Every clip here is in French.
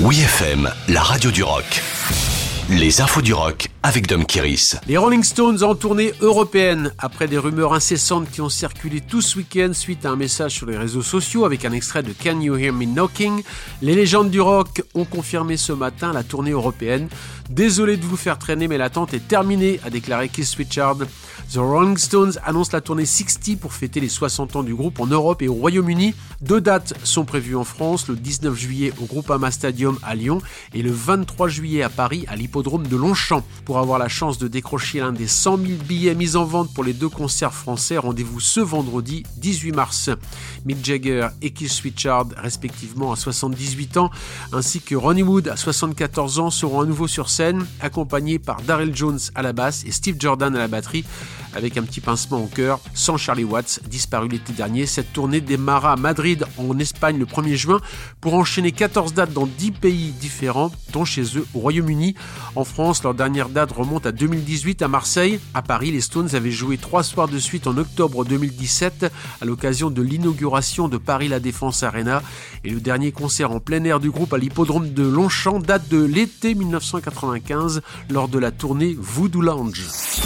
Oui FM, la radio du rock. Les infos du rock avec Dom Kiris. Les Rolling Stones en tournée européenne. Après des rumeurs incessantes qui ont circulé tout ce week-end suite à un message sur les réseaux sociaux avec un extrait de Can You Hear Me Knocking, les légendes du rock ont confirmé ce matin la tournée européenne. Désolé de vous faire traîner, mais l'attente est terminée, a déclaré Keith Richards. The Rolling Stones annonce la tournée 60 pour fêter les 60 ans du groupe en Europe et au Royaume-Uni. 2 dates sont prévues en France, le 19 juillet au Groupama Stadium à Lyon et le 23 juillet à Paris à l'hippodrome de Longchamp. Pour avoir la chance de décrocher l'un des 100 000 billets mis en vente pour les 2 concerts français, rendez-vous ce vendredi 18 mars. Mick Jagger et Keith Richards, respectivement à 78 ans, ainsi que Ronnie Wood à 74 ans, seront à nouveau sur scène, accompagnés par Darryl Jones à la basse et Steve Jordan à la batterie, avec un petit pincement au cœur. Sans Charlie Watts, disparu l'été dernier, cette tournée démarra à Madrid en Espagne le 1er juin pour enchaîner 14 dates dans 10 pays différents, dont chez eux au Royaume-Uni. En France, leur dernière date remonte à 2018 à Marseille. À Paris, les Stones avaient joué 3 soirs de suite en octobre 2017 à l'occasion de l'inauguration de Paris La Défense Arena. Et le dernier concert en plein air du groupe à l'hippodrome de Longchamp date de l'été 1995 lors de la tournée Voodoo Lounge.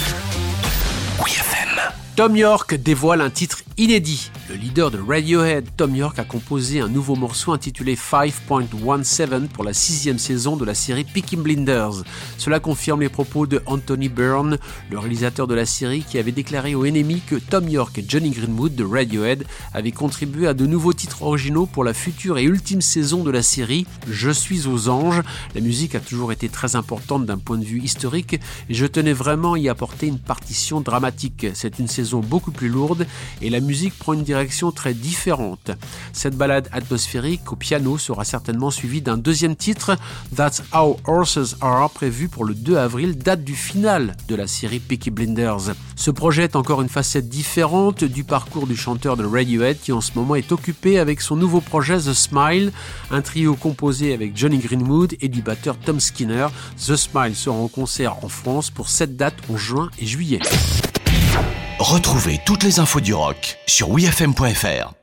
Oui FM. Thom Yorke dévoile un titre inédit. Le leader de Radiohead, Thom Yorke, a composé un nouveau morceau intitulé 5.17 pour la 6e saison de la série Peaky Blinders. Cela confirme les propos de Anthony Byrne, le réalisateur de la série, qui avait déclaré au NME que Thom Yorke et Johnny Greenwood de Radiohead avaient contribué à de nouveaux titres originaux pour la future et ultime saison de la série Je suis aux anges. La musique a toujours été très importante d'un point de vue historique et je tenais vraiment à y apporter une partition dramatique. C'est une saison beaucoup plus lourde et la musique prend une direction très différente. Cette ballade atmosphérique au piano sera certainement suivie d'un deuxième titre, That's How Horses Are, prévu pour le 2 avril, date du final de la série Peaky Blinders. Ce projet est encore une facette différente du parcours du chanteur de Radiohead qui en ce moment est occupé avec son nouveau projet The Smile, un trio composé avec Johnny Greenwood et du batteur Tom Skinner. The Smile sera en concert en France pour 7 dates en juin et juillet. Retrouvez toutes les infos du rock sur wifm.fr.